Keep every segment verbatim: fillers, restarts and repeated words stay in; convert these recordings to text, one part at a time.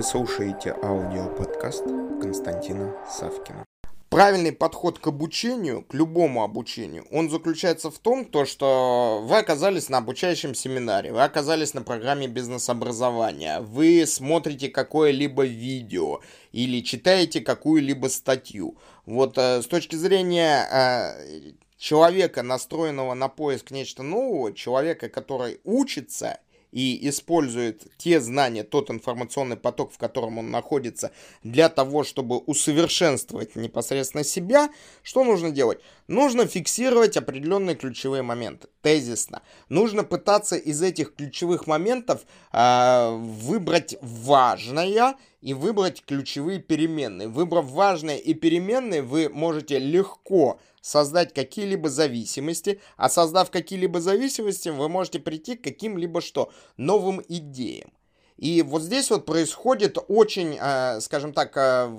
Вы слушаете аудиоподкаст Константина Савкина. Правильный подход к обучению, к любому обучению, он заключается в том, то, что вы оказались на обучающем семинаре, вы оказались на программе бизнес-образования, вы смотрите какое-либо видео или читаете какую-либо статью. Вот э, с точки зрения э, человека, настроенного на поиск нечто нового, человека, который учится и использует те знания, тот информационный поток, в котором он находится, для того, чтобы усовершенствовать непосредственно себя, что нужно делать? Нужно фиксировать определенные ключевые моменты, тезисно. Нужно пытаться из этих ключевых моментов э, выбрать важное и выбрать ключевые переменные. Выбрав важные и переменные, вы можете легко создать какие-либо зависимости, а создав какие-либо зависимости, вы можете прийти к каким-либо что? Новым идеям. И вот здесь вот происходит очень, э, скажем так, э,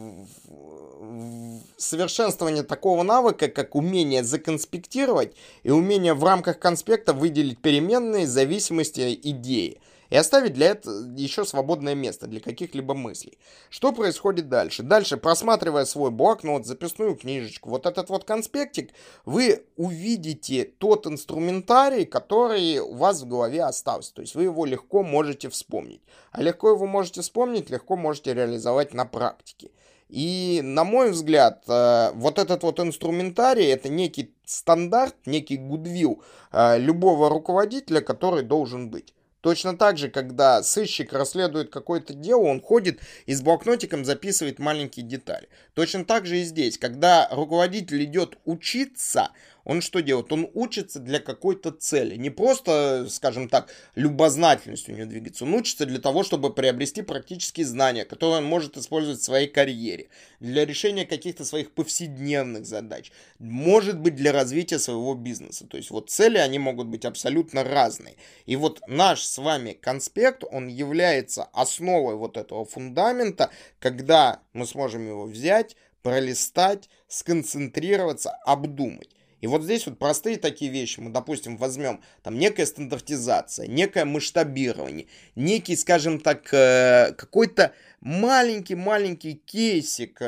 совершенствование такого навыка, как умение законспектировать и умение в рамках конспекта выделить переменные, зависимости, идеи. И оставить для этого еще свободное место для каких-либо мыслей. Что происходит дальше? Дальше, просматривая свой блокнот, записную книжечку, вот этот вот конспектик, вы увидите тот инструментарий, который у вас в голове остался. То есть вы его легко можете вспомнить. А легко его можете вспомнить, легко можете реализовать на практике. И, на мой взгляд, вот этот вот инструментарий — это некий стандарт, некий гудвилл любого руководителя, который должен быть. Точно так же, когда сыщик расследует какое-то дело, он ходит и с блокнотиком записывает маленькие детали. Точно так же и здесь, когда руководитель идет учиться, он что делает? Он учится для какой-то цели. Не просто, скажем так, любознательностью у него двигается. Он учится для того, чтобы приобрести практические знания, которые он может использовать в своей карьере. Для решения каких-то своих повседневных задач. Может быть, для развития своего бизнеса. То есть вот цели, они могут быть абсолютно разные. И вот наш с вами конспект, он является основой вот этого фундамента, когда мы сможем его взять, пролистать, сконцентрироваться, обдумать. И вот здесь вот простые такие вещи, мы, допустим, возьмем там некая стандартизация, некое масштабирование, некий, скажем так, какой-то маленький-маленький кейсик,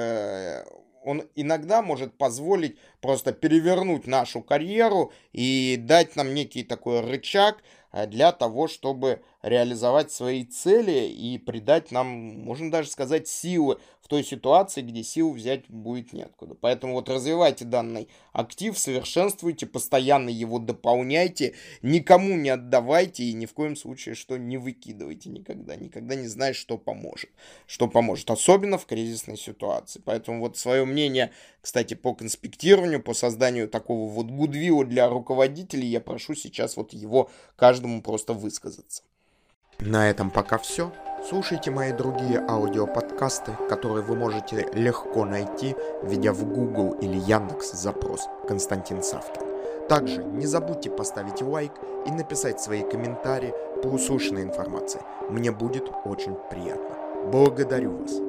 он иногда может позволить просто перевернуть нашу карьеру и дать нам некий такой рычаг для того, чтобы реализовать свои цели и придать нам, можно даже сказать, силы в той ситуации, где сил взять будет неоткуда. Поэтому вот развивайте данный актив, совершенствуйте, постоянно его дополняйте, никому не отдавайте и ни в коем случае что не выкидывайте никогда. Никогда не знаешь, что поможет. Что поможет, особенно в кризисной ситуации. Поэтому вот свое мнение, кстати, по конспектированию, по созданию такого вот гудвилла для руководителей, я прошу сейчас вот его каждому просто высказаться. На этом пока все. Слушайте мои другие аудиоподкасты, которые вы можете легко найти, введя в Google или Яндекс запрос «Константин Савкин». Также не забудьте поставить лайк и написать свои комментарии по услышанной информации. Мне будет очень приятно. Благодарю вас.